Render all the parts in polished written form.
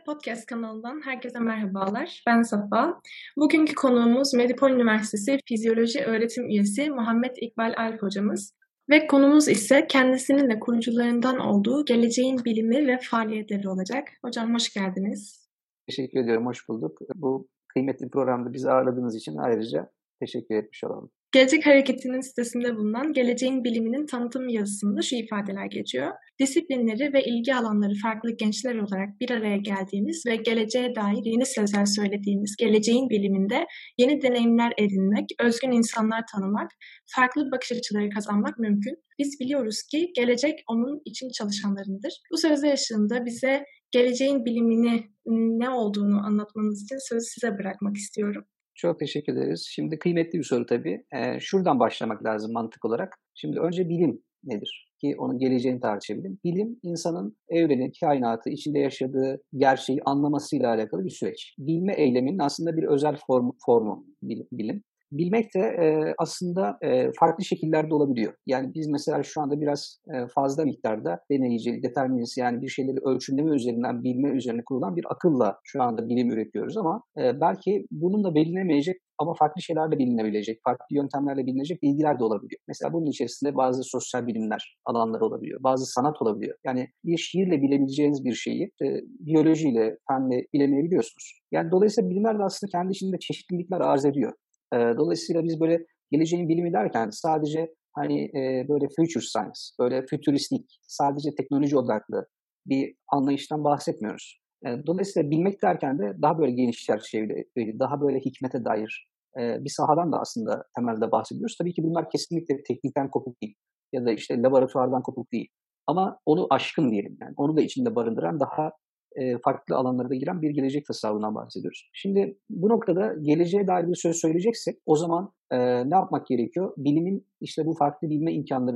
Podcast kanalından herkese merhabalar. Ben Safa. Bugünkü konuğumuz Medipol Üniversitesi Fizyoloji Öğretim Üyesi Muhammed İkbal Alp hocamız. Ve konumuz ise kendisinin de kurucularından olduğu geleceğin bilimi ve faaliyetleri olacak. Hocam hoş geldiniz. Teşekkür ediyorum, hoş bulduk. Bu kıymetli programda bizi ağırladığınız için ayrıca teşekkür etmiş olalım. Gelecek Hareketi'nin sitesinde bulunan Geleceğin Biliminin tanıtım yazısında şu ifadeler geçiyor. Disiplinleri ve ilgi alanları farklı gençler olarak bir araya geldiğimiz ve geleceğe dair yeni sözler söylediğimiz geleceğin biliminde yeni deneyimler edinmek, özgün insanlar tanımak, farklı bakış açıları kazanmak mümkün. Biz biliyoruz ki gelecek onun için çalışanlarındır. Bu sözler ışığında bize geleceğin bilimini ne olduğunu anlatmanız için sözü size bırakmak istiyorum. Çok teşekkür ederiz. Şimdi kıymetli bir soru tabii. Şuradan başlamak lazım mantık olarak. Şimdi önce bilim nedir? Ki onun geleceğini tartışabilirim. Bilim, insanın evreni, kainatı, içinde yaşadığı gerçeği anlamasıyla alakalı bir süreç. Bilme eyleminin aslında bir özel formu bilim. Bilmek de aslında farklı şekillerde olabiliyor. Yani biz mesela şu anda biraz fazla miktarda deneyici, determinist, yani bir şeyleri ölçümleme üzerinden, bilme üzerine kurulan bir akılla şu anda bilim üretiyoruz ama belki bununla bilinemeyecek ama farklı şeylerle bilinebilecek, farklı yöntemlerle bilinecek bilgiler de olabiliyor. Mesela bunun içerisinde bazı sosyal bilimler alanları olabiliyor, bazı sanat olabiliyor. Yani bir şiirle bilebileceğiniz bir şeyi biyolojiyle, fenle bilemeyebiliyorsunuz. Yani dolayısıyla bilimler de aslında kendi içinde çeşitlilikler arz ediyor. Dolayısıyla biz böyle geleceğin bilimi derken sadece hani böyle future science, böyle fütüristik, sadece teknoloji odaklı bir anlayıştan bahsetmiyoruz. Dolayısıyla bilmek derken de daha böyle geniş çerçeveli, daha böyle hikmete dair bir sahadan da aslında temelde bahsediyoruz. Tabii ki bunlar kesinlikle teknikten kopuk değil ya da işte laboratuvardan kopuk değil. Ama onu aşkın diyelim, yani onu da içinde barındıran daha farklı alanlara da giren bir gelecek tasavvurundan bahsediyoruz. Şimdi bu noktada geleceğe dair bir söz söyleyeceksek o zaman ne yapmak gerekiyor? Bilimin işte bu farklı bilme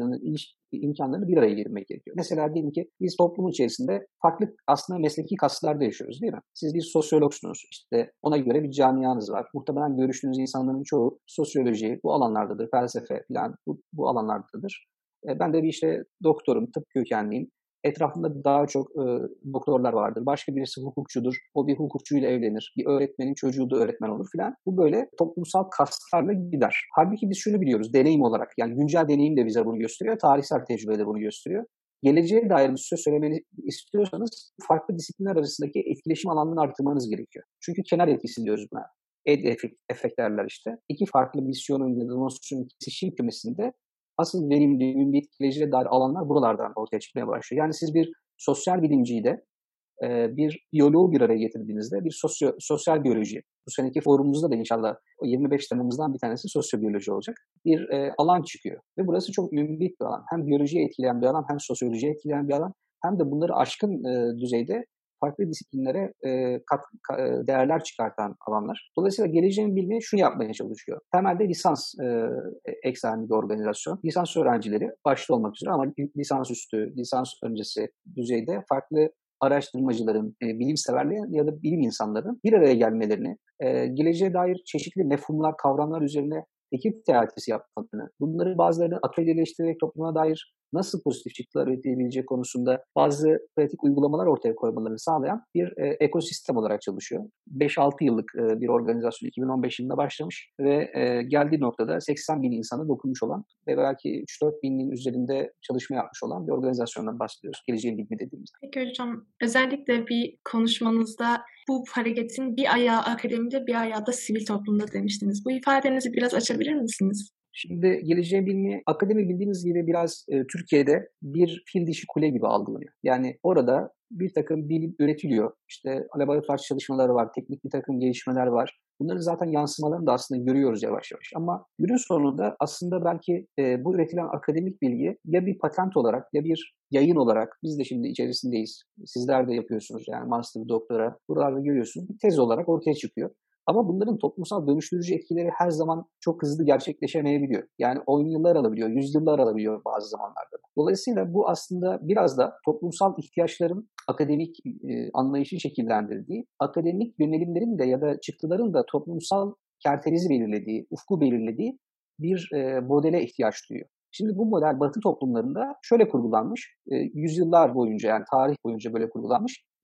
imkanlarını bir araya getirmek gerekiyor. Mesela diyelim ki biz toplum içerisinde farklı aslında mesleki kaslarda yaşıyoruz, değil mi? Siz bir sosyologsunuz. İşte ona göre bir camianız var. Muhtemelen görüştüğünüz insanların çoğu sosyoloji bu alanlardadır, felsefe falan bu alanlardadır. Ben de bir işte doktorum, tıp kökenliyim. Etrafında daha çok doktorlar vardır. Başka birisi hukukçudur. O bir hukukçuyla evlenir. Bir öğretmenin çocuğu da öğretmen olur filan. Bu böyle toplumsal kaslarla gider. Halbuki biz şunu biliyoruz deneyim olarak. Yani güncel deneyim de bize bunu gösteriyor. Tarihsel tecrübe de bunu gösteriyor. Geleceğe dair bir söz söylemeni istiyorsanız farklı disiplinler arasındaki etkileşim alanını artırmanız gerekiyor. Çünkü kenar etkisi diyoruz buna. Efekt derler işte. İki farklı misyonun ya da nosyonun kesişim kümesinde asıl verimli, ünlü etkileyiciye dair alanlar buralardan ortaya çıkmaya başlıyor. Yani siz bir sosyal bilimciyle bir biyoloğu bir araya getirdiğinizde bir sosyal biyoloji, bu seneki forumumuzda da inşallah o 25 temamızdan bir tanesi sosyobiyoloji olacak, bir alan çıkıyor. Ve burası çok ünlü bir alan. Hem biyolojiye etkileyen bir alan, hem sosyolojiye etkileyen bir alan, hem de bunları aşkın düzeyde farklı disiplinlere değerler çıkartan alanlar. Dolayısıyla geleceğin bilimi şunu yapmaya çalışıyor. Temelde lisans eksenli bir organizasyon. Lisans öğrencileri başta olmak üzere ama lisans üstü, lisans öncesi düzeyde farklı araştırmacıların, bilim severlerin ya da bilim insanlarının bir araya gelmelerini, geleceğe dair çeşitli mefhumlar, kavramlar üzerine ekip teatisi yapmalarını, bunları bazılarını atölyeleştirerek topluma dair nasıl pozitif çıktılar üretebileceği konusunda bazı pratik uygulamalar ortaya koymalarını sağlayan bir ekosistem olarak çalışıyor. 5-6 yıllık bir organizasyon 2015 yılında başlamış ve geldiği noktada 80 bin insana dokunmuş olan ve belki 3-4 binin üzerinde çalışma yapmış olan bir organizasyondan bahsediyoruz. Geleceğin bilimi dediğimizde. Peki hocam, özellikle bir konuşmanızda bu hareketin bir ayağı akademide, bir ayağı da sivil toplumda demiştiniz. Bu ifadenizi biraz açabilir misiniz? Şimdi geleceğin bilimi, akademi bildiğiniz gibi biraz Türkiye'de bir fil dişi kule gibi algılanıyor. Yani orada bir takım bilim üretiliyor. İşte laboratuvar çalışmaları var, teknik bir takım gelişmeler var. Bunların zaten yansımalarını da aslında görüyoruz yavaş yavaş. Ama günün sonunda aslında belki bu üretilen akademik bilgi ya bir patent olarak ya bir yayın olarak, biz de şimdi içerisindeyiz. Sizler de yapıyorsunuz yani master, doktora. Buralarda görüyorsunuz. Bir tez olarak ortaya çıkıyor. Ama bunların toplumsal dönüştürücü etkileri her zaman çok hızlı gerçekleşemeyebiliyor. Yani 10 yıllar alabiliyor, 100 yıllar alabiliyor bazı zamanlarda. Dolayısıyla bu aslında biraz da toplumsal ihtiyaçların akademik anlayışı şekillendirdiği, akademik yönelimlerin de ya da çıktıların da toplumsal kerterizi belirlediği, ufku belirlediği bir modele ihtiyaç duyuyor. Şimdi bu model Batı toplumlarında şöyle kurgulanmış, yüzyıllar boyunca, yani tarih boyunca böyle kurgulanmış.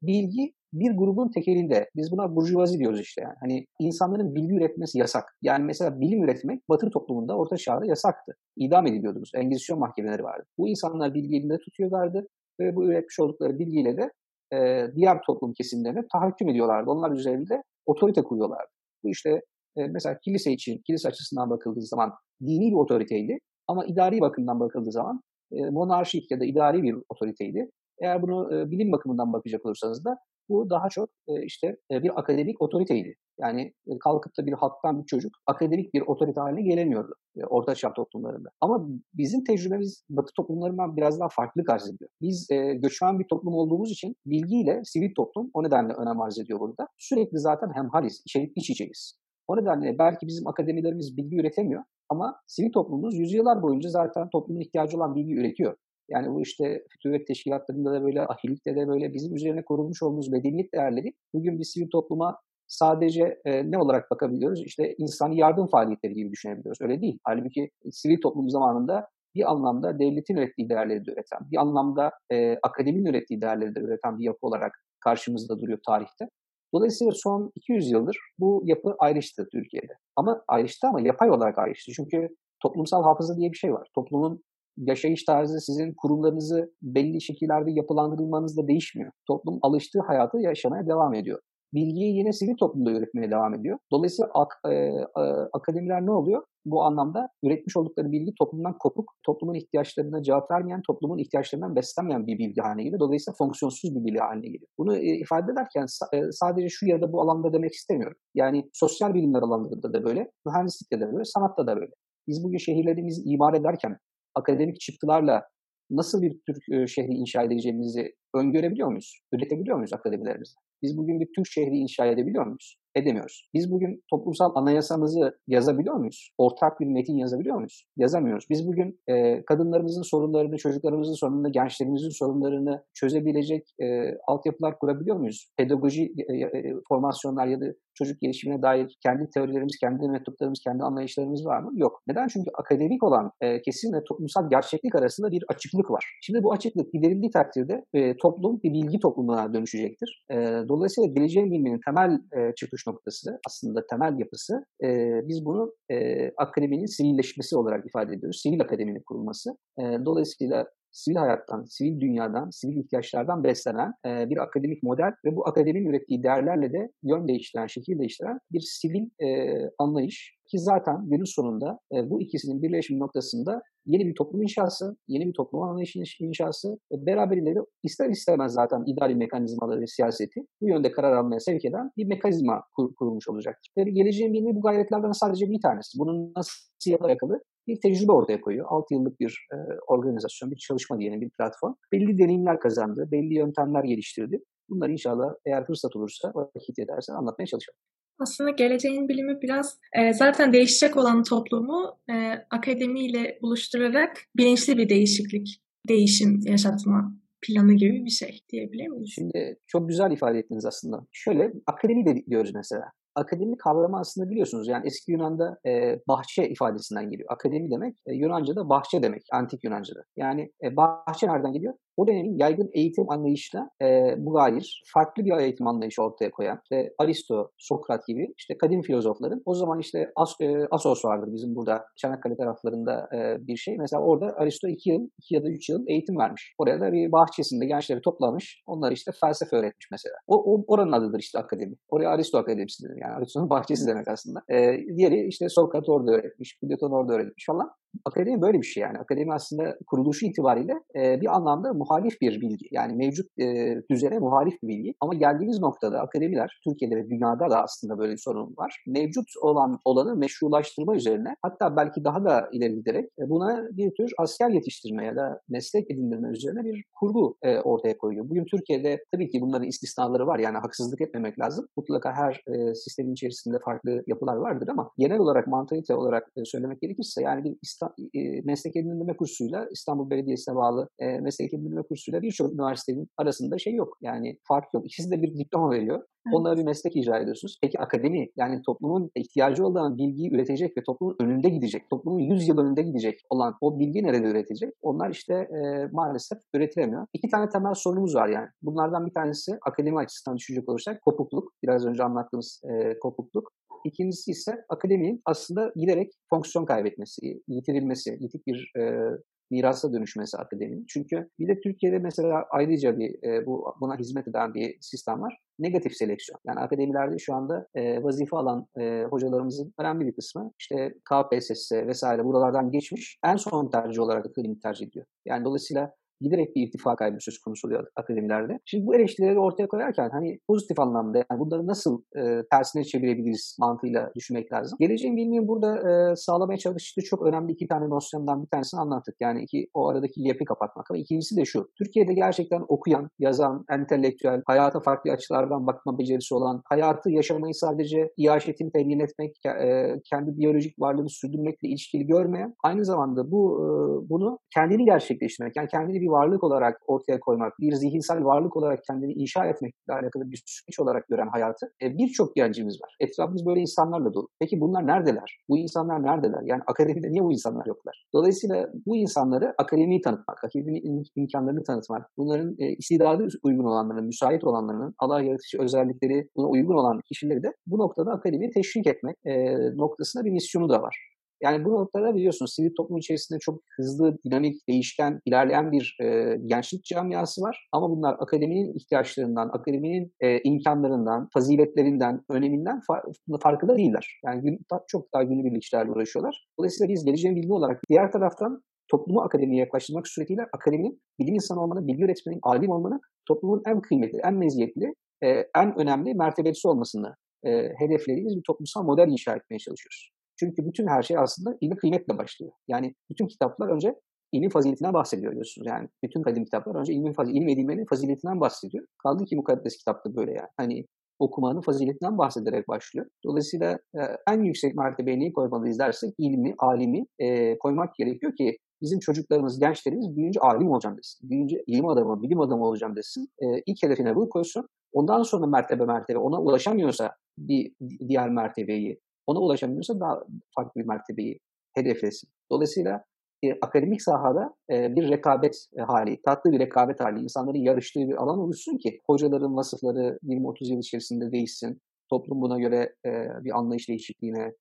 bilgi bir grubun tek elinde. Biz buna burjuvazi diyoruz işte yani. Hani insanların bilgi üretmesi yasak. Yani mesela bilim üretmek Batı toplumunda Orta Çağ'da yasaktı. İdam ediliyordunuz. Engizisyon mahkemeleri vardı. Bu insanlar bilgi elinde tutuyorlardı ve bu üretmiş oldukları bilgiyle de diğer toplum kesimlerine tahakküm ediyorlardı. Onlar üzerinde otorite kuruyorlardı. Bu işte mesela kilise için, kilise açısından bakıldığı zaman dini bir otoriteydi. Ama idari bakımdan bakıldığı zaman monarşik ya da idari bir otoriteydi. Eğer bunu bilim bakımından bakacak olursanız da bu daha çok işte bir akademik otoriteydi. Yani kalkıp da bir halktan bir çocuk akademik bir otorite haline gelemiyordu Orta Çağ toplumlarında. Ama bizim tecrübemiz Batı toplumlarından biraz daha farklı arz ediyor. Biz göçmen bir toplum olduğumuz için bilgiyle sivil toplum o nedenle önem arz ediyor burada. Sürekli zaten hemhaliz, iç içeyiz. O nedenle belki bizim akademilerimiz bilgi üretemiyor ama sivil toplumumuz yüzyıllar boyunca zaten toplumun ihtiyacı olan bilgi üretiyor. Yani bu işte fütüvet teşkilatlarında da böyle, ahilikte de böyle bizim üzerine kurulmuş olduğumuz medeniyet değerleri bugün bir sivil topluma sadece ne olarak bakabiliyoruz? İşte insani yardım faaliyetleri gibi düşünebiliyoruz. Öyle değil. Halbuki sivil toplum zamanında bir anlamda devletin ürettiği değerleri de üreten, bir anlamda akademinin ürettiği değerleri de üreten bir yapı olarak karşımızda duruyor tarihte. Dolayısıyla son 200 yıldır bu yapı ayrıştı Türkiye'de. Ama ayrıştı ama yapay olarak ayrıştı. Çünkü toplumsal hafıza diye bir şey var. Toplumun yaşayış tarzı sizin kurumlarınızı belli şekillerde yapılandırılmanızla değişmiyor. Toplum alıştığı hayatı yaşamaya devam ediyor. Bilgiyi yine sivil toplumda üretmeye devam ediyor. Dolayısıyla akademiler ne oluyor? Bu anlamda üretmiş oldukları bilgi toplumdan kopuk, toplumun ihtiyaçlarına cevap vermeyen, toplumun ihtiyaçlarından beslenmeyen bir bilgi haline geliyor. Dolayısıyla fonksiyonsuz bir bilgi haline geliyor. Bunu ifade ederken sadece şu ya da bu alanda demek istemiyorum. Yani sosyal bilimler alanlarında da böyle, mühendislikte de böyle, sanatta da böyle. Biz bugün şehirlerimizi imar ederken akademik çıktılarla nasıl bir Türk şehri inşa edeceğimizi öngörebiliyor muyuz? Üretebiliyor muyuz akademilerimizde? Biz bugün bir Türk şehri inşa edebiliyor muyuz? Edemiyoruz. Biz bugün toplumsal anayasamızı yazabiliyor muyuz? Ortak bir metin yazabiliyor muyuz? Yazamıyoruz. Biz bugün kadınlarımızın sorunlarını, çocuklarımızın sorunlarını, gençlerimizin sorunlarını çözebilecek altyapılar kurabiliyor muyuz? Pedagoji formasyonlar ya da çocuk gelişimine dair kendi teorilerimiz, kendi metotlarımız, kendi anlayışlarımız var mı? Yok. Neden? Çünkü akademik olan kesim ve toplumsal gerçeklik arasında bir açıklık var. Şimdi bu açıklık giderildiği takdirde toplum bir bilgi toplumuna dönüşecektir. Dolayısıyla geleceğin biliminin temel çıkış noktası, aslında temel yapısı, biz bunu akademinin sivilleşmesi olarak ifade ediyoruz. Sivil akademinin kurulması. Dolayısıyla sivil hayattan, sivil dünyadan, sivil ihtiyaçlardan beslenen bir akademik model ve bu akademinin ürettiği değerlerle de yön değiştiren, şekil değiştiren bir sivil anlayış. Ki zaten günün sonunda bu ikisinin birleşim noktasında yeni bir toplum inşası, yeni bir toplum anlayışı inşası, beraberinde de ister istemez zaten idari mekanizmaları ve siyaseti bu yönde karar almaya sevk eden bir mekanizma kurulmuş olacaktır. Ve geleceğin bilimi bu gayretlerden sadece bir tanesi. Bunun nasıl alakalı bir tecrübe ortaya koyuyor. 6 yıllık bir organizasyon, bir çalışma diyelim, bir platform. Belli deneyimler kazandı, belli yöntemler geliştirdi. Bunları inşallah eğer fırsat olursa, vakit ederse anlatmaya çalışalım. Aslında geleceğin bilimi biraz zaten değişecek olan toplumu akademiyle buluşturarak bilinçli bir değişim yaşatma planı gibi bir şey diyebilir miyiz? Şimdi çok güzel ifade ettiniz aslında. Şöyle, akademi de diyoruz mesela. Akademi kavramı aslında biliyorsunuz yani eski Yunan'da bahçe ifadesinden geliyor. Akademi demek Yunanca'da bahçe demek, antik Yunanca'da. Yani bahçe nereden geliyor? O dönemin yaygın eğitim anlayışına mugayir, farklı bir eğitim anlayışı ortaya koyan işte Aristo, Sokrat gibi işte kadim filozofların o zaman işte Asos vardır bizim burada Çanakkale taraflarında bir şey. Mesela orada Aristo 2 yıl, 2 ya da 3 yıl eğitim vermiş. Oraya da bir bahçesinde gençleri toplamış. Onlara işte felsefe öğretmiş mesela. Oranın adıdır işte akademi. Oraya Aristo Akademisi denir. Yani Aristo'nun bahçesi demek aslında. Diğeri işte Sokrat orada öğretmiş, Platon orada öğretmiş falan. Akademi böyle bir şey yani. Akademi aslında kuruluşu itibariyle bir anlamda muhalif bir bilgi. Yani mevcut düzene muhalif bir bilgi. Ama geldiğimiz noktada akademiler, Türkiye'de ve dünyada da aslında böyle bir sorun var. Mevcut olanı meşrulaştırma üzerine, hatta belki daha da ileri giderek buna bir tür asker yetiştirme ya da meslek edindirme üzerine bir kurgu ortaya koyuyor. Bugün Türkiye'de tabii ki bunların istisnaları var. Yani haksızlık etmemek lazım. Mutlaka her sistemin içerisinde farklı yapılar vardır ama genel olarak mantalite olarak söylemek gerekirse yani bir meslek edindirme kursuyla İstanbul Belediyesi'ne bağlı meslek edindirme kursuyla birçok üniversitenin arasında şey yok. Yani fark yok. İkisi de bir diploma veriyor. Onlara bir meslek icra ediyorsunuz. Peki akademi, yani toplumun ihtiyacı olan bilgiyi üretecek ve toplumun önünde gidecek, toplumun 100 yıl önünde gidecek olan o bilgi nerede üretecek? Onlar işte maalesef üretilemiyor. İki tane temel sorunumuz var yani. Bunlardan bir tanesi akademi açısından düşünecek olursak kopukluk. Biraz önce anlattığımız kopukluk. İkincisi ise akademinin aslında giderek fonksiyon kaybetmesi, yitirilmesi, yitik bir mirasa dönüşmesi akademinin. Çünkü bir de Türkiye'de mesela ayrıca buna hizmet eden bir sistem var. Negatif seleksiyon. Yani akademilerde şu anda vazife alan hocalarımızın önemli bir kısmı işte KPSS vesaire buralardan geçmiş, en son tercih olarak akademi tercih ediyor. Yani dolayısıyla giderek bir irtifa kaybı söz konusu oluyor akademilerde. Şimdi bu eleştirileri ortaya koyarken hani pozitif anlamda yani bunları nasıl tersine çevirebiliriz mantığıyla düşünmek lazım. Geleceğin bilimi burada sağlamaya çalıştığı çok önemli iki tane nosyondan bir tanesini anlattık. Yani o aradaki gap'i kapatmak. Ama ikincisi de şu. Türkiye'de gerçekten okuyan, yazan, entelektüel, hayata farklı açılardan bakma becerisi olan, hayatı yaşamayı sadece iaşetini temin etmek, kendi biyolojik varlığını sürdürmekle ilişkili görmeyen, aynı zamanda bunu kendini gerçekleştirmek, yani kendini bir varlık olarak ortaya koymak, bir zihinsel varlık olarak kendini inşa etmekle alakalı bir süreç olarak gören hayatı birçok gencimiz var. Etrafımız böyle insanlarla dolu. Peki bunlar neredeler? Bu insanlar neredeler? Yani akademide niye bu insanlar yoklar? Dolayısıyla bu insanları akademiyi tanıtmak, akademinin imkanlarını tanıtmak, bunların istidadı uygun olanların, müsait olanların, Allah yaratıcı özellikleri buna uygun olan kişileri de bu noktada akademiyi teşvik etmek noktasında bir misyonu da var. Yani bu noktada biliyorsunuz sivil toplum içerisinde çok hızlı, dinamik, değişken, ilerleyen bir gençlik camiası var. Ama bunlar akademinin ihtiyaçlarından, akademinin imkanlarından, faziletlerinden, öneminden farkında değiller. Yani çok daha günübirlik işlerle uğraşıyorlar. Dolayısıyla biz geleceğin bilimi olarak diğer taraftan toplumu akademiye yaklaştırmak suretiyle akademinin bilim insanı olmanı, bilgi öğretmenin, alim olmanı toplumun en kıymetli, en meziyetli, en önemli mertebesi olmasını hedeflediğimiz bir toplumsal model inşa etmeye çalışıyoruz. Çünkü bütün her şey aslında ilmi kıymetle başlıyor. Yani bütün kitaplar önce ilmin faziletinden bahsediyor diyorsunuz. Yani bütün kadim kitaplar önce ilim edinmenin faziletinden bahsediyor. Kaldı ki mukaddes kitapta böyle yani. Hani okumanın faziletinden bahsederek başlıyor. Dolayısıyla en yüksek mertebeye neyi koymalıyız dersek ilmi, alimi koymak gerekiyor ki bizim çocuklarımız, gençlerimiz büyüyünce alim olacağım desin. Büyüyünce ilim adamı, bilim adamı olacağım desin. İlk hedefine bu koysun. Ondan sonra mertebe ona ulaşamıyorsa bir diğer mertebeyi, ona ulaşamıyorsa daha farklı bir mertebeyi hedeflesin. Dolayısıyla akademik sahada bir rekabet hali, tatlı bir rekabet hali, insanların yarıştığı bir alan oluşsun ki hocaların vasıfları 20-30 yıl içerisinde değişsin, toplum buna göre bir anlayış değişikliğine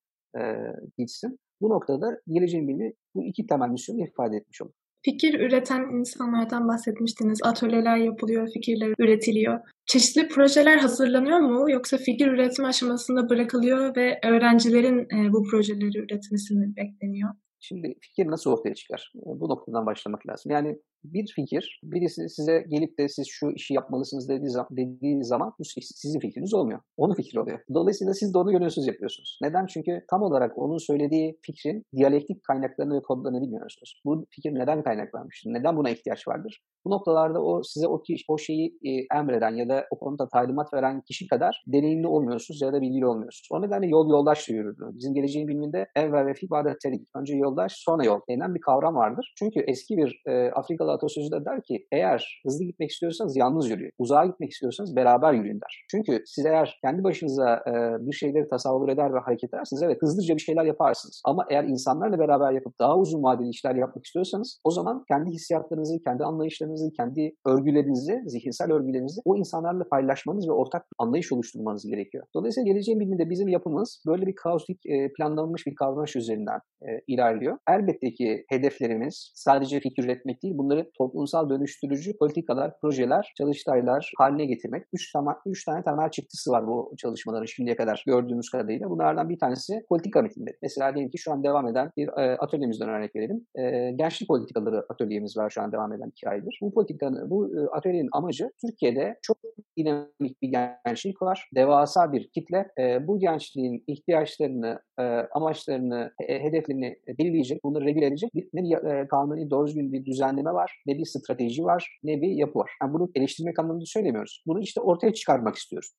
gitsin. Bu noktada geleceğin bilimi bu iki temel misyonu ifade etmiş olur. Fikir üreten insanlardan bahsetmiştiniz. Atölyeler yapılıyor, fikirler üretiliyor. Çeşitli projeler hazırlanıyor mu yoksa fikir üretme aşamasında bırakılıyor ve öğrencilerin bu projeleri üretmesini bekleniyor? Şimdi fikir nasıl ortaya çıkar? Bu noktadan başlamak lazım. Yani bir fikir, birisi size gelip de siz şu işi yapmalısınız dediği zaman bu sizin fikriniz olmuyor. Onun fikri oluyor. Dolayısıyla siz de onu gönülsüz yapıyorsunuz. Neden? Çünkü tam olarak onun söylediği fikrin diyalektik kaynaklarını ve kodlarını bilmiyorsunuz. Bu fikir neden kaynaklanmıştır? Neden buna ihtiyaç vardır? Bu noktalarda o size o şeyi emreden ya da o konuda talimat veren kişi kadar deneyimli olmuyorsunuz ya da bilgili olmuyorsunuz. O nedenle yol yoldaşla yürüdü. Bizim geleceğin biliminde evvel ve fi ba'de terik. Önce yoldaş sonra yol denilen bir kavram vardır. Çünkü eski bir Afrikalı atasözü de der ki eğer hızlı gitmek istiyorsanız yalnız yürüyün. Uzağa gitmek istiyorsanız beraber yürüyün der. Çünkü siz eğer kendi başınıza bir şeyleri tasavvur eder ve hareket edersiniz, evet hızlıca bir şeyler yaparsınız. Ama eğer insanlarla beraber yapıp daha uzun vadeli işler yapmak istiyorsanız o zaman kendi hissiyatlarınızı, kendi anlayışlarınızı, kendi örgülerinizi, zihinsel örgülerinizi o insanlarla paylaşmanız ve ortak bir anlayış oluşturmanız gerekiyor. Dolayısıyla geleceğin biliminde bizim yapımız böyle bir kaotik planlanmış bir kavram üzerinden ilerliyor. Elbette ki hedeflerimiz sadece fikir üretmek değil, bunları toplumsal dönüştürücü politikalar, projeler, çalıştaylar haline getirmek. Üç tane temel çıktısı var bu çalışmaların şimdiye kadar gördüğümüz kadarıyla. Bunlardan bir tanesi politika metinleri. Mesela diyelim ki şu an devam eden bir atölyemizden örnek verelim. Gençlik politikaları atölyemiz var şu an devam eden 2 aydır. Bu atölyenin amacı Türkiye'de çok dinamik bir gençlik var. Devasa bir kitle. Bu gençliğin ihtiyaçlarını, amaçlarını, hedeflerini belirleyecek, bunları regüle edecek ne bir kanuni doğru düzgün bir düzenleme var, ne bir strateji var, ne bir yapı var. Yani bunu eleştirmek anlamında söylemiyoruz. Bunu işte ortaya çıkarmak istiyoruz.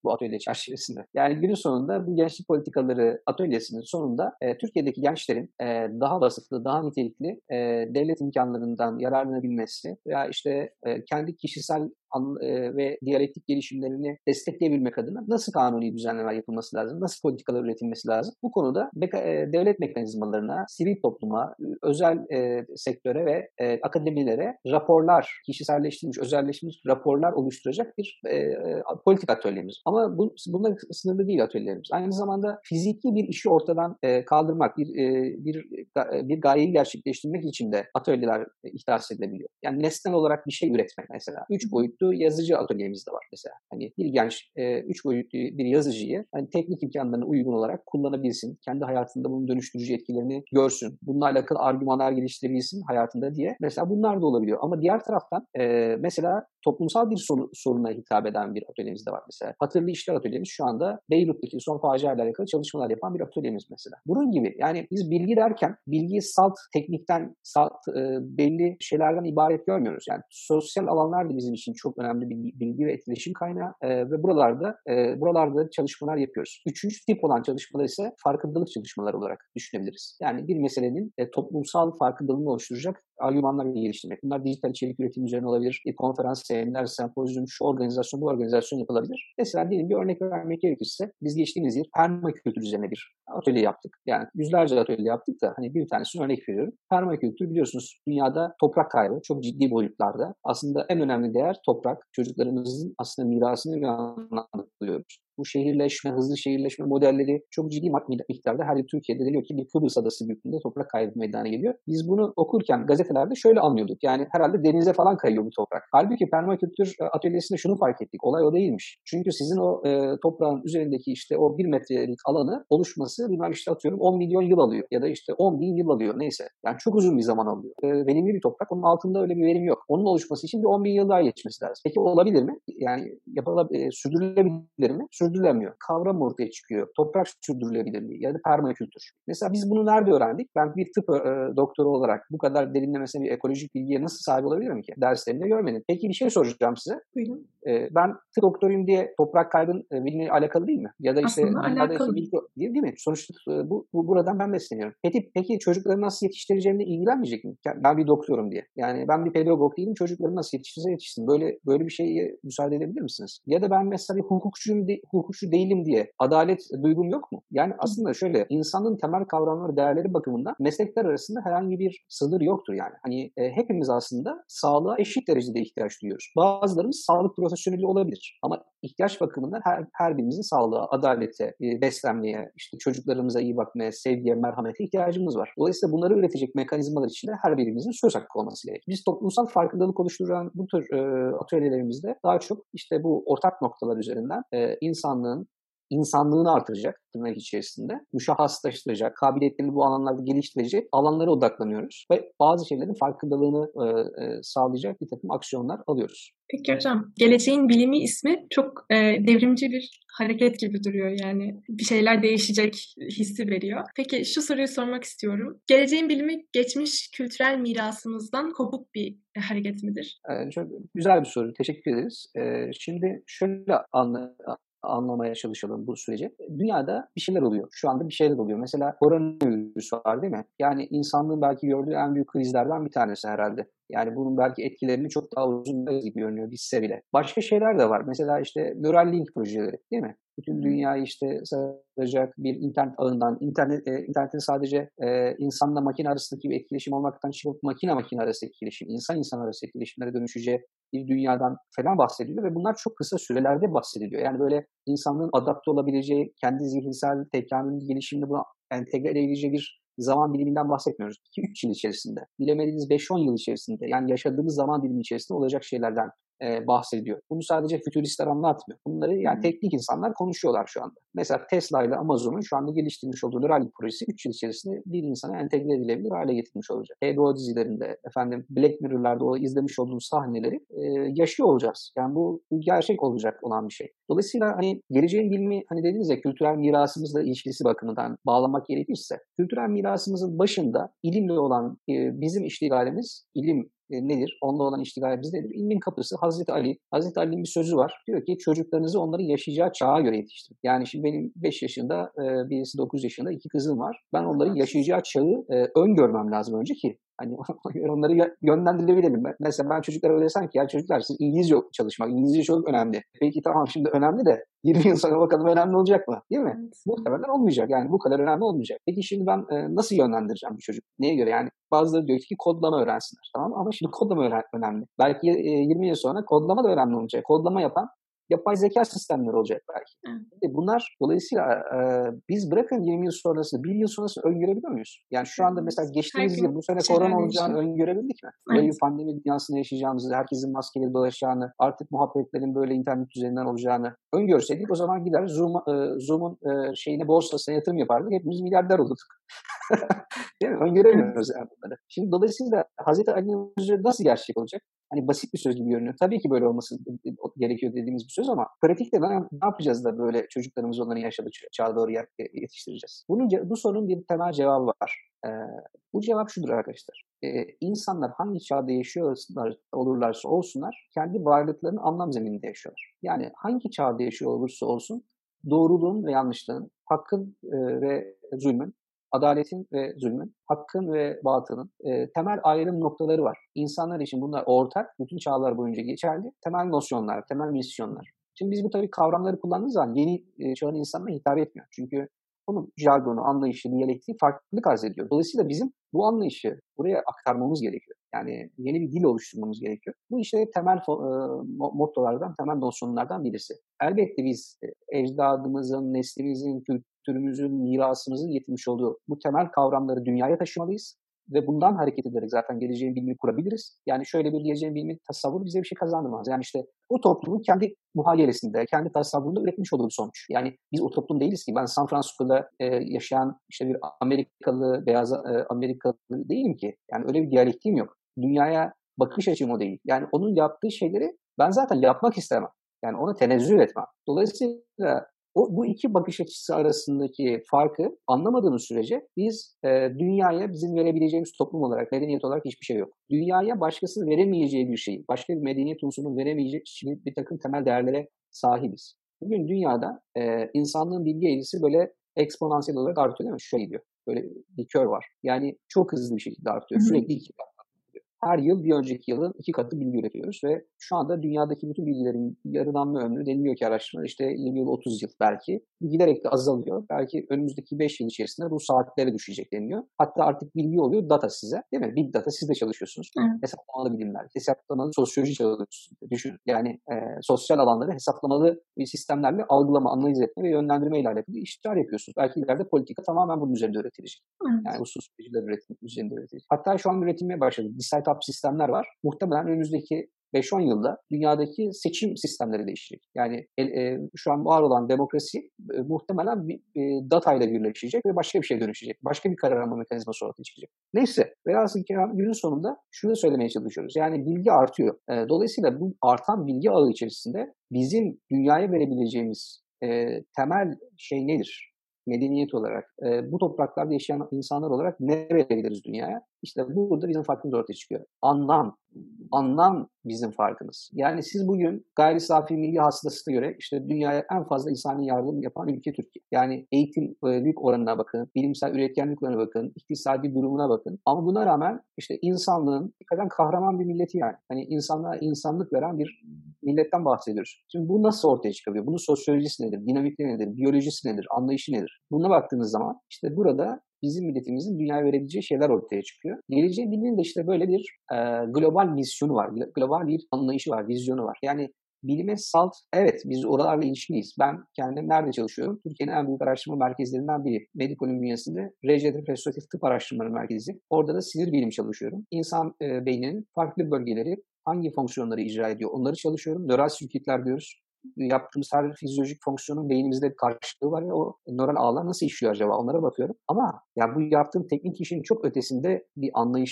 bu atölye çerçevesinde. Yani günün sonunda bu gençlik politikaları atölyesinin sonunda Türkiye'deki gençlerin daha vasıflı, daha nitelikli devlet imkanlarından yararlanabilmesi veya işte kendi kişisel ve diyalektik gelişimlerini destekleyebilmek adına nasıl kanuni düzenlemeler yapılması lazım, nasıl politikalar üretilmesi lazım? Bu konuda devlet mekanizmalarına, sivil topluma, özel sektöre ve akademilere raporlar, kişiselleştirilmiş, özelleştirilmiş raporlar oluşturacak bir politik atölyemiz. Ama bununla sınırlı değil atölyelerimiz. Aynı zamanda fiziki bir işi ortadan kaldırmak, bir gayeyi gerçekleştirmek için de atölyeler ihdas edilebiliyor. Yani nesnel olarak bir şey üretmek mesela. 3 boyutlu yazıcı atölyemiz de var mesela. Hani bir genç 3 boyutlu bir yazıcıyı hani teknik imkanlarına uygun olarak kullanabilsin. Kendi hayatında bunun dönüştürücü etkilerini görsün. Bununla alakalı argümanlar geliştirebilsin hayatında diye. Mesela bunlar da olabiliyor. Ama diğer taraftan mesela toplumsal bir soruna hitap eden bir atölyemiz de var mesela. Hatırlı İşler Atölyemiz şu anda Beyrut'taki son faciayla alakalı çalışmalar yapan bir atölyemiz mesela. Bunun gibi yani biz bilgi derken bilgiyi salt teknikten, belli şeylerden ibaret görmüyoruz. Yani sosyal alanlar da bizim için çok önemli bir bilgi ve etkileşim kaynağı ve buralarda çalışmalar yapıyoruz. Üçüncü tip olan çalışmalar ise farkındalık çalışmaları olarak düşünebiliriz. Yani bir meselenin toplumsal farkındalığını oluşturacak argümanlar geliştirmek. Bunlar dijital içerik üretimi üzerine olabilir. Konferans, seminer, sempozyum, şu organizasyon, bu organizasyon yapılabilir. Mesela diyelim bir örnek vermek gerekirse biz geçtiğimiz yıl permakültür üzerine bir atölye yaptık. Yani yüzlerce atölye yaptık da hani bir tanesini örnek veriyorum. Permakültür biliyorsunuz dünyada toprak kaybı çok ciddi boyutlarda. Aslında en önemli değer toprak. Çocuklarımızın aslında mirasını bir anlamda buluyoruz. Bu şehirleşme, hızlı şehirleşme modelleri çok ciddi miktarda her yıl Türkiye'de deniyor ki bir Kıbrıs adası büyüklüğünde toprak kaybı meydana geliyor. Biz bunu okurken gazetelerde şöyle anlıyorduk. Yani herhalde denize falan kayıyor bu toprak. Halbuki permakültür atölyesinde şunu fark ettik. Olay o değilmiş. Çünkü sizin o toprağın üzerindeki işte o 1 metrelik alanı oluşması bilmem işte atıyorum 10 milyon yıl alıyor. Ya da işte 10 bin yıl alıyor neyse. Yani çok uzun bir zaman alıyor. Verimli bir toprak. Onun altında öyle bir verim yok. Onun oluşması için bir 10 bin yıl daha geçmesi lazım. Peki olabilir mi? Yani sürdürülebilir mi? Sürdürülemiyor. Kavram ortaya çıkıyor. Toprak sürdürülebilirliği ya da permakültür. Mesela biz bunu nerede öğrendik? Ben bir tıp doktoru olarak bu kadar derinlemesine bir ekolojik bilgiye nasıl sahip olabilirim ki? Derslerimde görmedim. Peki bir şey soracağım size. Buyurun. Ben tıp doktoruyum diye toprak kaybın benimle alakalı değil mi? Ya da işte Aslında dünyadaki alakalı. değil mi? Sonuçta buradan ben besleniyorum. Peki çocukları nasıl yetiştireceğimle ilgilenmeyecek mi? Ben bir doktorum diye. Yani ben bir pedagog değilim. Çocukları nasıl yetiştirse yetişsin. Böyle bir şeye müsaade edebilir misiniz? Ya da ben mesela bir hukukçu değilim diye adalet duygum yok mu? Yani aslında şöyle insanın temel kavramları, değerleri bakımından meslekler arasında herhangi bir sınır yoktur yani. Hani hepimiz aslında sağlığa eşit derecede ihtiyaç duyuyoruz. Bazılarımız sağlık profesyoneli olabilir ama ihtiyaç bakımından her birimizin sağlığa, adalete, beslenmeye, işte çocuklarımıza iyi bakmaya, sevgiye, merhamete ihtiyacımız var. Dolayısıyla bunları üretecek mekanizmalar içinde her birimizin söz hakkı olması gerekir. Biz toplumsal farkındalık oluşturan bu tür atölyelerimizde daha çok işte bu ortak noktalar üzerinden insanlığını artıracak tırnak içerisinde, müşahhaslaştıracak, kabiliyetlerini bu alanlarda geliştirecek alanlara odaklanıyoruz ve bazı şeylerin farkındalığını sağlayacak bir takım aksiyonlar alıyoruz. Peki hocam, geleceğin bilimi ismi çok devrimci bir hareket gibi duruyor. Yani bir şeyler değişecek hissi veriyor. Peki şu soruyu sormak istiyorum. Geleceğin bilimi geçmiş kültürel mirasımızdan kopuk bir hareket midir? Çok güzel bir soru. Teşekkür ederiz. Şimdi şöyle anlamaya çalışalım bu süreci. Dünyada bir şeyler oluyor. Şu anda bir şeyler oluyor. Mesela koronavirüs var değil mi? Yani insanlığın belki gördüğü en büyük krizlerden bir tanesi herhalde. Yani bunun belki etkilerini çok daha uzun gibi görünüyor bizse bile. Başka şeyler de var. Mesela işte Neuralink projeleri değil mi? Bütün dünyayı işte saracak bir internet ağından, internetin sadece insanla makine arasındaki bir etkileşim olmaktan çıkıp makine arası etkileşim, insan arası etkileşimlere dönüşeceği bir dünyadan falan bahsediliyor ve bunlar çok kısa sürelerde bahsediliyor. Yani böyle insanlığın adapte olabileceği, kendi zihinsel tekamül gelişimini buna entegre edebileceği bir zaman diliminden bahsetmiyoruz. 2-3 yıl içerisinde, bilemediğiniz 5-10 yıl içerisinde, yani yaşadığımız zaman dilimi içerisinde olacak şeylerden bahsediyor. Bunu sadece fütüristler anlatmıyor. Bunları yani teknik insanlar konuşuyorlar şu anda. Mesela Tesla ile Amazon'un şu anda geliştirmiş olduğu Neuralink projesi 3 yıl içerisinde bir insana entegre edilebilir hale getirmiş olacak. HBO dizilerinde, Black Mirror'larda o izlemiş olduğumuz sahneleri yaşıyor olacağız. Yani bu gerçek olacak olan bir şey. Dolayısıyla hani geleceğin bilimi hani dediniz ya kültürel mirasımızla ilişkisi bakımından bağlamak gerekirse kültürel mirasımızın başında ilimle olan bizim iştigalimiz ilim nedir? Onunla olan iştigalimiz nedir? İlmin kapısı Hazreti Ali. Hazreti Ali'nin bir sözü var. Diyor ki çocuklarınızı onların yaşayacağı çağa göre yetiştirin. Yani şimdi benim 5 yaşında, birisi 9 yaşında 2 kızım var. Ben onların yaşayacağı çağı öngörmem lazım önce ki hani onları yönlendirebilirim. Mesela ben çocuklara öyle desem ki ya çocuklar siz İngilizce çalışmak, İngilizce çok önemli. Peki tamam şimdi önemli de 20 yıl sonra bakalım önemli olacak mı? Değil mi? Evet. Muhtemelen olmayacak. Yani bu kadar önemli olmayacak. Peki şimdi ben nasıl yönlendireceğim bir çocuk? Neye göre? Yani bazıları diyor ki kodlama öğrensinler. Tamam mı? Ama şimdi kodlama önemli. Belki 20 yıl sonra kodlama da önemli olacak. Kodlama yapan yapay zeka sistemleri olacak belki. Evet. Bunlar dolayısıyla biz bırakın 20 yıl sonrasını, 1 yıl sonrasını öngörebiliyor muyuz? Yani şu anda mesela Her geçtiğimiz yıl gün bu sene bir şeyler korona olacağını değişiyor. öngörebildik mi? Böyle Evet. bir pandemi dünyasında yaşayacağımızı, herkesin maskeli dolaşacağını, artık muhabbetlerin böyle internet üzerinden olacağını öngörseydik o zaman gider Zoom'un şeyine borsasına yatırım yapardık. Hepimiz milyarder olurduk. Değil mi? Evet. Öngöremiyoruz yani bunları. Şimdi dolayısıyla Hazreti Ali'nin sözü nasıl gerçek olacak? Hani basit bir söz gibi görünüyor. Tabii ki böyle olması gerekiyor dediğimiz bir söz ama pratikte ne yapacağız da böyle çocuklarımızı onların yaşadığı çağa doğru yetiştireceğiz? Bu sorunun bir temel cevabı var. Bu cevap şudur arkadaşlar. İnsanlar hangi çağda olurlarsa olsunlar kendi varlıklarının anlam zemininde yaşıyorlar. Yani hangi çağda yaşıyor olursa olsun doğruluğun ve yanlışlığın, hakkın ve zulmün, adaletin ve zulmün, hakkın ve batılın temel ayrım noktaları var. İnsanlar için bunlar ortak, bütün çağlar boyunca geçerli temel nosyonlar, temel misyonlar. Şimdi biz bu tabii kavramları kullandığımız zaman yeni çağın insanına hitap etmiyor. Çünkü onun jargonu, anlayışı, diyalektiği farklılık arz ediyor. Dolayısıyla bizim bu anlayışı buraya aktarmamız gerekiyor. Yani yeni bir dil oluşturmamız gerekiyor. Bu işte temel mottolardan, temel nosyonlardan birisi. Elbette biz ecdadımızın, neslimizin, kültürümüzün, mirasımızın getirmiş olduğu bu temel kavramları dünyaya taşımalıyız. Ve bundan hareket ederek zaten geleceğin bilimini kurabiliriz. Yani şöyle bir geleceğin bilimi tasavvuru bize bir şey kazandırmaz. Yani işte o toplumun kendi muhayyelesinde, kendi tasavvurunda üretmiş olduğu bir sonuç. Yani biz o toplum değiliz ki. Ben San Francisco'da yaşayan işte bir Amerikalı, beyaz Amerikalı değilim ki. Yani öyle bir diyalektiğim yok. Dünyaya bakış açım o değil. Yani onun yaptığı şeyleri ben zaten yapmak istemem. Yani ona tenezzül etmem. Dolayısıyla bu iki bakış açısı arasındaki farkı anlamadığımız sürece biz dünyaya bizim verebileceğimiz toplum olarak, medeniyet olarak hiçbir şey yok. Dünyaya başkasının veremeyeceği bir şeyi, başka bir medeniyet unsurunun veremeyeceği bir takım temel değerlere sahibiz. Bugün dünyada insanlığın bilgi eğrisi böyle eksponansiyel olarak artıyor değil mi? Şöyle gidiyor. Böyle bir kör var. Yani çok hızlı bir şekilde artıyor. Hı hı. Sürekli iki kat. Her yıl bir önceki yılın 2 katı bilgi üretiyoruz ve şu anda dünyadaki bütün bilgilerin yarılanma ömrü deniliyor ki araştırmalar işte 20 yıl 30 yıl belki. Giderek de azalıyor. Belki önümüzdeki 5 yıl içerisinde bu saatlere düşecek deniliyor. Hatta artık bilgi oluyor data size değil mi? Big data siz de çalışıyorsunuz. Evet. Hesaplamalı bilimler, hesaplamalı sosyoloji çalışıyorsunuz. Düşün yani sosyal alanları hesaplamalı sistemlerle algılama, analiz etme ve yönlendirme ile alakalı işler yapıyorsunuz. Belki ileride politika tamamen bunun üzerinde üretilecek. Yani Evet. bu sosyolojiler üzerinde üretilecek. Hatta şu an üretilmeye başladı. Decide sistemler var. Muhtemelen önümüzdeki 5-10 yılda dünyadaki seçim sistemleri değişecek. Yani şu an var olan demokrasi muhtemelen bir data ile birleşecek ve başka bir şeye dönüşecek. Başka bir karar alma mekanizması ortaya çıkacak. Neyse, velhasıl günün sonunda şunu söylemeye çalışıyoruz. Yani bilgi artıyor. Dolayısıyla bu artan bilgi ağı içerisinde bizim dünyaya verebileceğimiz temel şey nedir? Medeniyet olarak, bu topraklarda yaşayan insanlar olarak ne verebiliriz dünyaya? İşte burada bizim farkımız ortaya çıkıyor. Anlam bizim farkımız. Yani siz bugün gayri safi milli hasılasına göre işte dünyaya en fazla insani yardım yapan ülke Türkiye. Yani eğitimlik oranına bakın, bilimsel üretkenlik oranına bakın, iktisadi durumuna bakın. Ama buna rağmen işte insanlığın hakikaten kahraman bir milleti yani. Hani insanlığa insanlık veren bir milletten bahsediyoruz. Şimdi bu nasıl ortaya çıkıyor? Bunun sosyolojisi nedir? Dinamikleri nedir? Biyolojisi nedir? Anlayışı nedir? Buna baktığınız zaman işte burada bizim milletimizin dünyaya verebileceği şeyler ortaya çıkıyor. Geleceğin biliminin de işte böyle bir global misyonu var. Global bir anlayışı var, vizyonu var. Yani bilime salt, evet biz oralarla ilişkiliyiz. Ben kendim nerede çalışıyorum? Türkiye'nin en büyük araştırma merkezlerinden biri. Medikol'ün bünyesinde Regeneratif Restoratif Tıp Araştırmaları Merkezi. Orada da sinir bilimi çalışıyorum. İnsan beyninin farklı bölgeleri hangi fonksiyonları icra ediyor? Onları çalışıyorum. Nöral sirküitler diyoruz. Yaptığımız her fizyolojik fonksiyonun beynimizde bir karşılığı var ve o nöral ağlar nasıl işliyor acaba onlara bakıyorum. Ama ya bu yaptığım teknik işin çok ötesinde bir anlayışım var.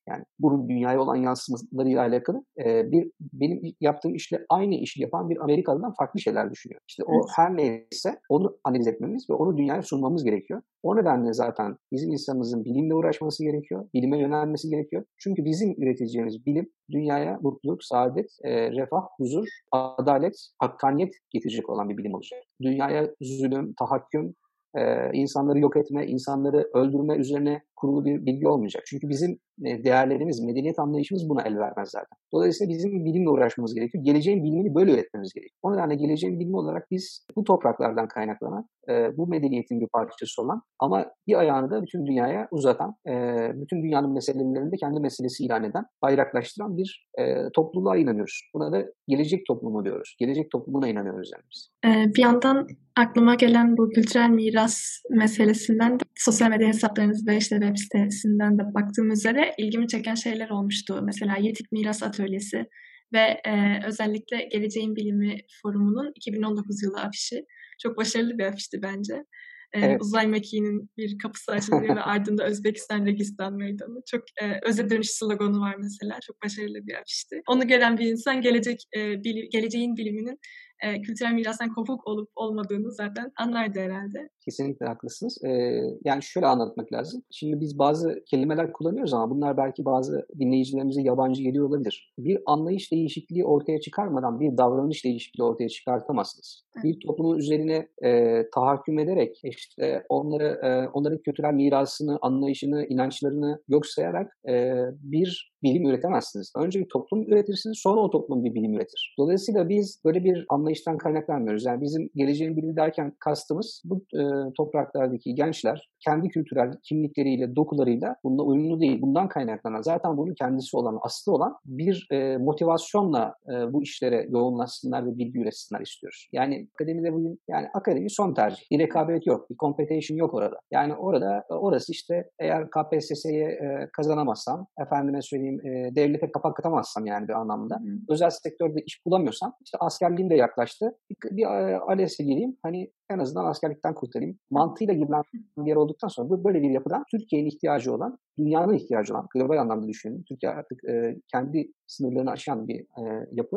Yani bunun dünyaya olan yansımalarıyla alakalı benim yaptığım işle aynı işi yapan bir Amerikalı'dan farklı şeyler düşünüyor. İşte o Evet. her neyse onu analiz etmemiz ve onu dünyaya sunmamız gerekiyor. O nedenle zaten bizim insanımızın bilimle uğraşması gerekiyor, bilime yönelmesi gerekiyor. Çünkü bizim üreteceğimiz bilim dünyaya mutluluk, saadet, refah, huzur, adalet, hakkaniyet getirecek olan bir bilim olacak. Dünyaya zulüm, tahakküm, insanları yok etme, insanları öldürme üzerine kurulu bir bilgi olmayacak. Çünkü bizim değerlerimiz, medeniyet anlayışımız buna el vermez zaten. Dolayısıyla bizim bilimle uğraşmamız gerekiyor. Geleceğin bilimini böyle üretmemiz gerekiyor. O nedenle geleceğin bilimi olarak biz bu topraklardan kaynaklanan, bu medeniyetin bir parçası olan ama bir ayağını da bütün dünyaya uzatan, bütün dünyanın meselelerini de kendi meselesi ilan eden, bayraklaştıran bir topluluğa inanıyoruz. Buna da gelecek toplumu diyoruz. Gelecek toplumuna inanıyoruz yani biz. Bir yandan aklıma gelen bu kültürel miras meselesinden de sosyal medya hesaplarınız ve işte web sitesinden de baktığım üzere ilgimi çeken şeyler olmuştu. Mesela Yetik Miras Atölyesi ve özellikle Geleceğin Bilimi Forumu'nun 2019 yılı afişi. Çok başarılı bir afişti bence. Evet. Uzay mekiğinin bir kapısı açılıyor ve ardında Özbekistan Registan Meydanı. Çok öze dönüş sloganı var mesela. Çok başarılı bir afişti. Onu gören bir insan geleceğin biliminin kültürel mirastan kopuk olup olmadığını zaten anlardı herhalde. Kesinlikle haklısınız. Yani şöyle anlatmak lazım. Şimdi biz bazı kelimeler kullanıyoruz ama bunlar belki bazı dinleyicilerimize yabancı geliyor olabilir. Bir anlayış değişikliği ortaya çıkarmadan bir davranış değişikliği ortaya çıkartamazsınız. Evet. Bir toplumun üzerine tahakküm ederek işte onların kültürel mirasını, anlayışını, inançlarını yok sayarak bir bilim üretemezsiniz. Önce bir toplum üretirsiniz, sonra o toplum bir bilim üretir. Dolayısıyla biz böyle bir anlayıştan kaynaklanmıyoruz. Yani bizim geleceğin bilimi derken kastımız bu topraklardaki gençler kendi kültürel kimlikleriyle, dokularıyla bununla uyumlu değil. Bundan kaynaklanan, zaten bunun kendisi olan, aslı olan bir motivasyonla bu işlere yoğunlaşsınlar ve bilgi üretsinler istiyoruz. Yani akademide bugün, yani akademi son tercih. Bir rekabet yok, bir competition yok orada. Yani orası işte eğer KPSS'ye kazanamazsam, efendime söyleyeyim devlete kapak atamazsam yani bir anlamda, özel sektörde iş bulamıyorsam, işte askerliğim de yaklaştı. Bir ALES'e gireyim, hani en azından askerlikten kurtarayım. Mantığıyla girilen bir yer olduktan sonra böyle bir yapıdan Türkiye'nin ihtiyacı olan, dünyanın ihtiyacı olan, global anlamda düşünün. Türkiye artık kendi sınırlarını aşan bir yapı.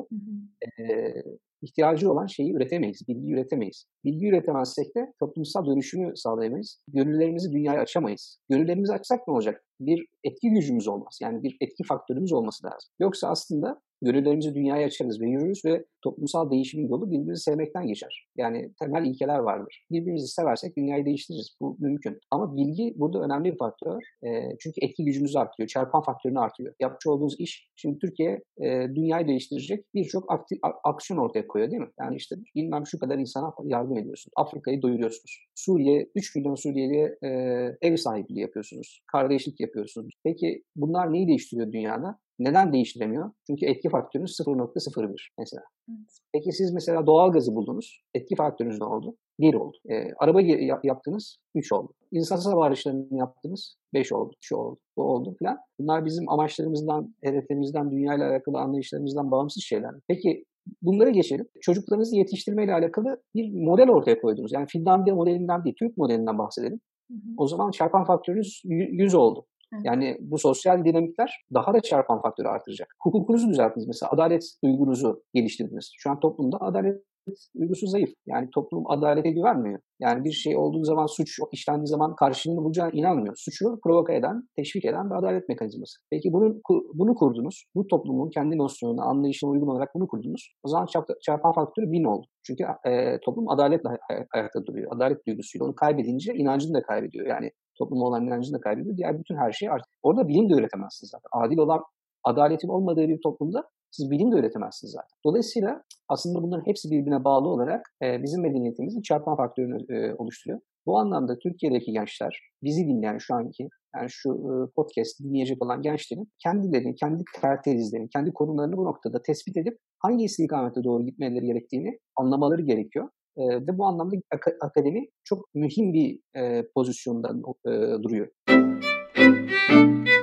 İhtiyacı olan şeyi üretemeyiz, bilgiyi üretemeyiz. Bilgi üretemezsek de toplumsal dönüşümü sağlayamayız. Gönüllerimizi dünyaya açamayız. Gönüllerimizi açsak ne olacak? Bir etki gücümüz olmaz. Yani bir etki faktörümüz olması lazım. Yoksa aslında gönüllerimizi dünyaya açarız ve yürürüz ve toplumsal değişimin yolu birbirimizi sevmekten geçer. Yani temel ilkeler vardır. Birbirimizi seversek dünyayı değiştiririz. Bu mümkün. Ama bilgi burada önemli bir faktör. Çünkü etki gücümüzü artırıyor. Çarpan faktörünü artırıyor. Yapmış olduğunuz iş, şimdi Türkiye dünyayı değiştirecek birçok aksiyon ortaya koyuyor değil mi? Yani işte bilmem şu kadar insana yardım ediyorsunuz. Afrika'yı doyuruyorsunuz. Suriye, 3 milyon Suriyeli'ye ev sahipliği yapıyorsunuz. Kardeşlik yapıyorsunuz. Peki bunlar neyi değiştiriyor dünyada? Neden değiştiremiyor? Çünkü etki faktörünüz 0.01 mesela. Evet. Peki siz mesela doğalgazı buldunuz. Etki faktörünüz ne oldu? 1 oldu. Araba yaptınız, 3 oldu. İnsansız hava araçlarını yaptınız, 5 oldu, şu oldu, bu oldu falan. Bunlar bizim amaçlarımızdan, hedeflerimizden, dünyayla alakalı anlayışlarımızdan bağımsız şeyler. Peki bunları geçelim. Çocuklarınızı yetiştirmeyle alakalı bir model ortaya koydunuz. Yani Finlandiya modelinden değil, Türk modelinden bahsedelim. O zaman çarpan faktörünüz 100 oldu. Yani bu sosyal dinamikler daha da çarpan faktörü artıracak. Hukukunuzu düzelttiniz mesela. Adalet duygunuzu geliştirdiniz. Şu an toplumda adalet duygusu zayıf. Yani toplum adalete güvenmiyor. Yani bir şey olduğu zaman, suç işlendiği zaman karşılığını bulacağına inanmıyor. Suçu provoke eden, teşvik eden bir adalet mekanizması. Peki bunu kurdunuz. Bu toplumun kendi nosyonuna, anlayışına uygun olarak bunu kurdunuz. O zaman çarpan faktörü 1000 oldu. Çünkü toplum adaletle ayakta duruyor. Adalet duygusuyla. Onu kaybedince inancını da kaybediyor. Yani topluma olan inancını da kaybediyor. Diğer bütün her şey artık. Orada bilim de üretemezsiniz zaten. Adil olan, adaletin olmadığı bir toplumda siz bilim de üretemezsiniz zaten. Dolayısıyla aslında bunların hepsi birbirine bağlı olarak bizim medeniyetimizin çarpan faktörünü oluşturuyor. Bu anlamda Türkiye'deki gençler, bizi dinleyen şu anki, yani şu podcast dinleyecek olan gençlerin kendilerini, kendi karakterizlerini, kendi konumlarını bu noktada tespit edip hangi istikamete doğru gitmeleri gerektiğini anlamaları gerekiyor. Ve bu anlamda akademi çok mühim bir pozisyonda duruyor.